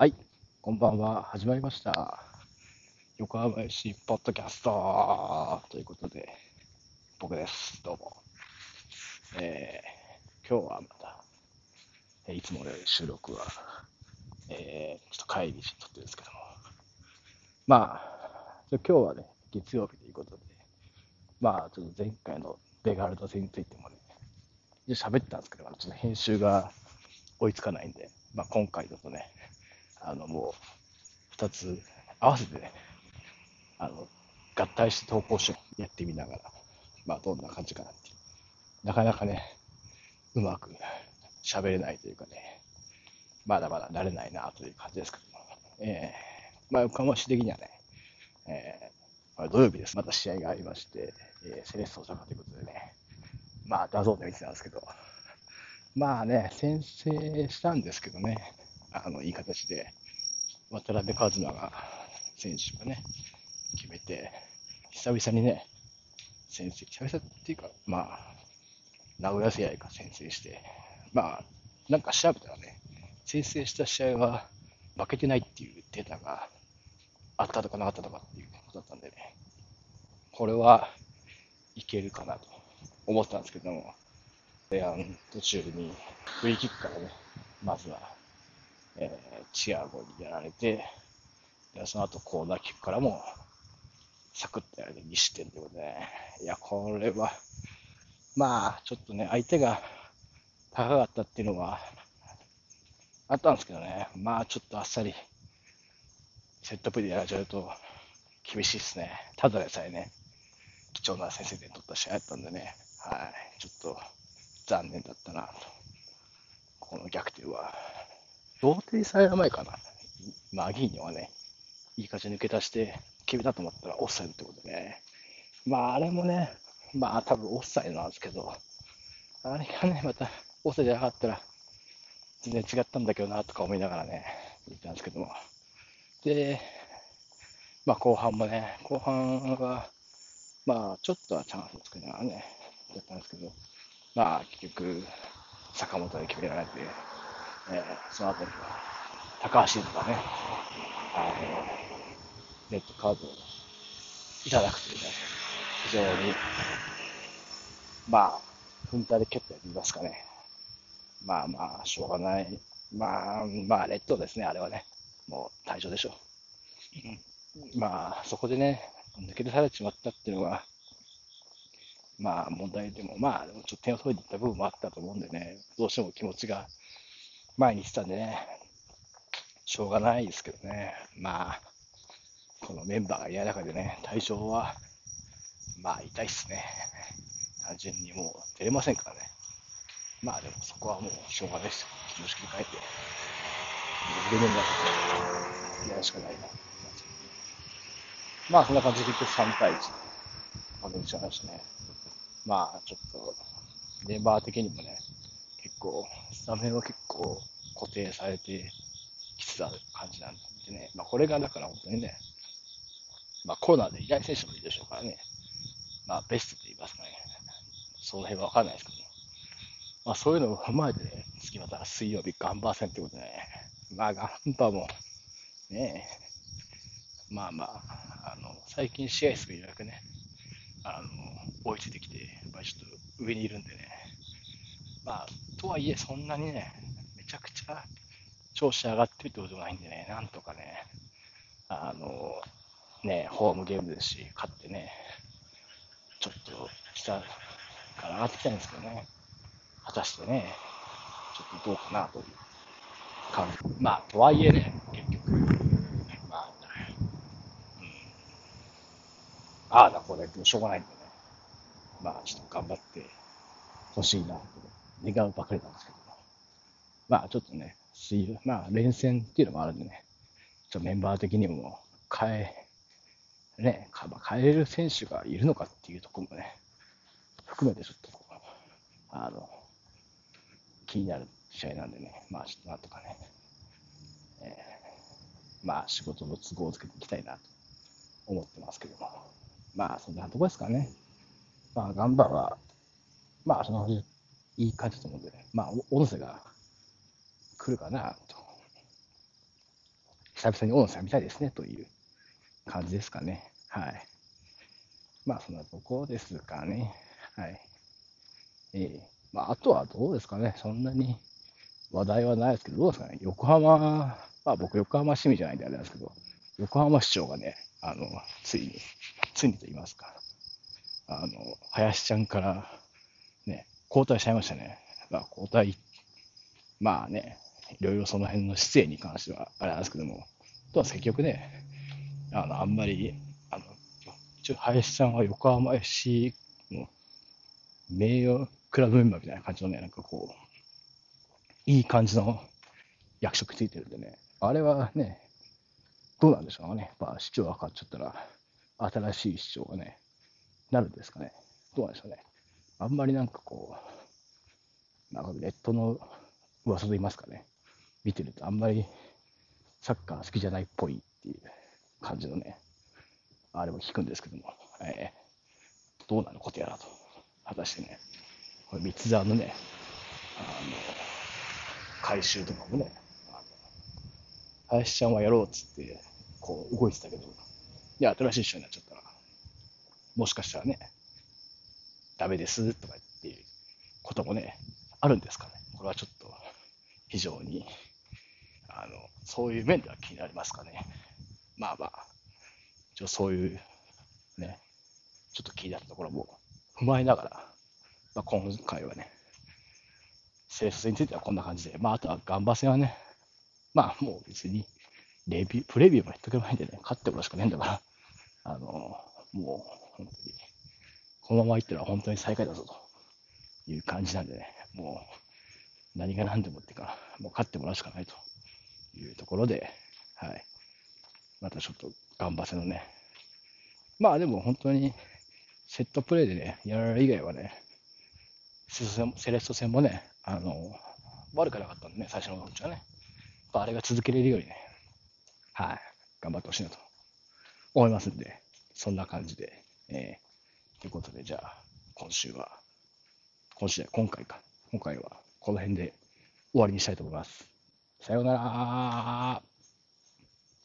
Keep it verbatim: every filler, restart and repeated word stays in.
はい、こんばんは。始まりました。横浜市ポッドキャストということで、僕です。どうも。えー今日はまた、えーいつものより収録は、えーちょっと帰り道に撮ってるんですけども、まあ、今日はね、月曜日ということで、まあ、ちょっと前回のベガルタ戦についてもね、喋ってたんですけど、ちょっと編集が追いつかないんで、まあ、今回だとね、あの、もう、二つ合わせてね、あの、合体して投稿しようやってみながら、まあ、どんな感じかなっていう。なかなかね、うまく喋れないというかね、まだまだ慣れないなという感じですけども。えー、まあ、横浜市的にはね、えー、まあ、土曜日です。また試合がありまして、えー、セレッソ大阪ということでね、まあ、ダゾーンで見てたんですけど、まあね、先制したんですけどね、あの、いい形で、渡辺一馬が、選手がね、決めて、久々にね、先制、久々っていうか、まあ、名古屋試合が先制して、まあ、なんか調べたらね、先制した試合は負けてないっていうデータがあったとかなかったとかっていうことだったんでね、これはいけるかなと思ってたんですけども、前半途中にフリーキックからね、まずは、えーチアゴにやられて、でその後コーナーキックからもサクッとやられてに失点ということでね、いや、これは、まあ、ちょっとね、相手が高かったっていうのはあったんですけどね、まあちょっとあっさりセットプレーでやられちゃうと厳しいですね。ただでさえね、貴重な先制点取った試合だったんでね、はい、ちょっと残念だったなと。この逆転は。同点される前かな。マギーニョはね、いい感じ抜け出して決めたと思ったらオフサイドってことでね。まああれもね、まあ多分オフサイドなんですけど、あれがね、またオフサイドじゃなかったら全然違ったんだけどなとか思いながらね、言ったんですけども。で、まあ後半もね、後半は、まあちょっとはチャンスを作りながらね、やったんですけど、まあ結局、坂本で決められて、えーその後には高橋とかね、あの、レッドカードをいただくというね、非常に、まあ、踏んだり蹴ったり言いますかね。まあまあ、しょうがない。まあ、まあ、レッドですね、あれはね。もう退場でしょう。まあ、そこでね、抜け出されてしまったっていうのは、まあ問題でも、まあ、でもちょっと点を取りに行った部分もあったと思うんでね、どうしても気持ちが前に来てたんでね、しょうがないですけどね。まあ、このメンバーがいない中でね、退場は、まあ痛いっすね。単純にもう出れませんからね。まあでもそこはもうしょうがないですよ。気持ち切り替えて、出れるんだってやるしかないな。まあそんな感じで結局さん対いちで負けてしまいましたね。まあちょっと、メンバー的にもね、結構、スタメンは結構固定されてきつつある感じなんでね、まあこれがだから本当にね、まあコロナでいない選手もいるでしょうからね、まあベストと言いますかね、その辺はわかんないですけど、まあそういうのを踏まえてね、次また水曜日ガンバー戦ってことでね、まあガンバもね、まあまあ、あの、最近試合数がようやくね、あの、追いついてきて、やっぱりちょっと上にいるんでね、まあ、とはいえそんなにね、めちゃくちゃ調子上がってるってこともないんでね、なんとかね、あの、ね、ホームゲームですし、勝ってね、ちょっと下から上がってきたんですけどね、果たしてね、ちょっとどうかなという感じ。まあ、とはいえね、結局、まあ、ああだこれでしょうがないんでね、まあ、ちょっと頑張ってほしいなと願うばかりなんですけど、まあ、ちょっとね、水まあ、連戦っていうのもあるんでね、ちょっとメンバー的にも変え、ね、まあ、変えれる選手がいるのかっていうところもね、含めてちょっとこう、あの、気になる試合なんでね、まあちょっとなんとかね、まあ仕事の都合をつけていきたいなと思ってますけども、まあそんなとこですかね。まあガンバは、まあそのいい感じだと思うんでね、まあ音声が来るかなと久々に音声見たいですねという感じですかね。はい。まあ、そんなとこですかね。はい。ええまあ、あとはどうですかね。そんなに話題はないですけど、どうですかね。横浜、まあ僕、横浜市民じゃないんであれなんですけど、横浜市長がね、あの、ついに、ついにと言いますか、あの、林ちゃんからね、交代しちゃいましたね。まあ、交代、まあね、いろいろその辺の姿勢に関してはあれなんですけども、とは結局ね、あの、あんまり、あの、一応林ちゃんは横浜 エフシー の名誉クラブメンバーみたいな感じのね、なんかこう、いい感じの役職ついてるんでね、あれはね、どうなんでしょうかね。まあ、市長が変わっちゃったら、新しい市長がね、なるんですかね。どうなんでしょうね。あんまりなんかこう、なんかネットの噂と言いますかね、見てるとあんまりサッカー好きじゃないっぽいっていう感じのね、あれも聞くんですけども、えー、どうなることやらと。果たしてね、これ三つ沢のね、あの、回収とかもね、あの林ちゃんはやろうっつって、こう動いてたけど、で、新しい市長になっちゃったら、もしかしたらね、ダメですとかっていうこともね、あるんですかね。これはちょっと非常に、あの、そういう面では気になりますかね。まあまあ、一応そういうね、ちょっと気になったところも踏まえながら、まあ、今回はね、政策についてはこんな感じで、まああとはガンバ戦はね、まあもう別にレビュー、プレビューもやっとけばいいんでね、勝ってもらうしかねえんだから、あの、もう本当に、このままいったら本当に最下位だぞという感じなんでね、もう何が何でもっていうか、もう勝ってもらうしかないというところで、はい。またちょっと頑張せのね。まあでも本当にセットプレーでね、やられる以外はね、セレスト戦セレッソ戦もね、あの、悪くなかったんでね、最初のうちはね。あれが続けれるようにね、はい、頑張ってほしいなと思いますんで、そんな感じで、えー、ということで、じゃあ、今週は、今週は今回か、今回はこの辺で終わりにしたいと思います。さようなら。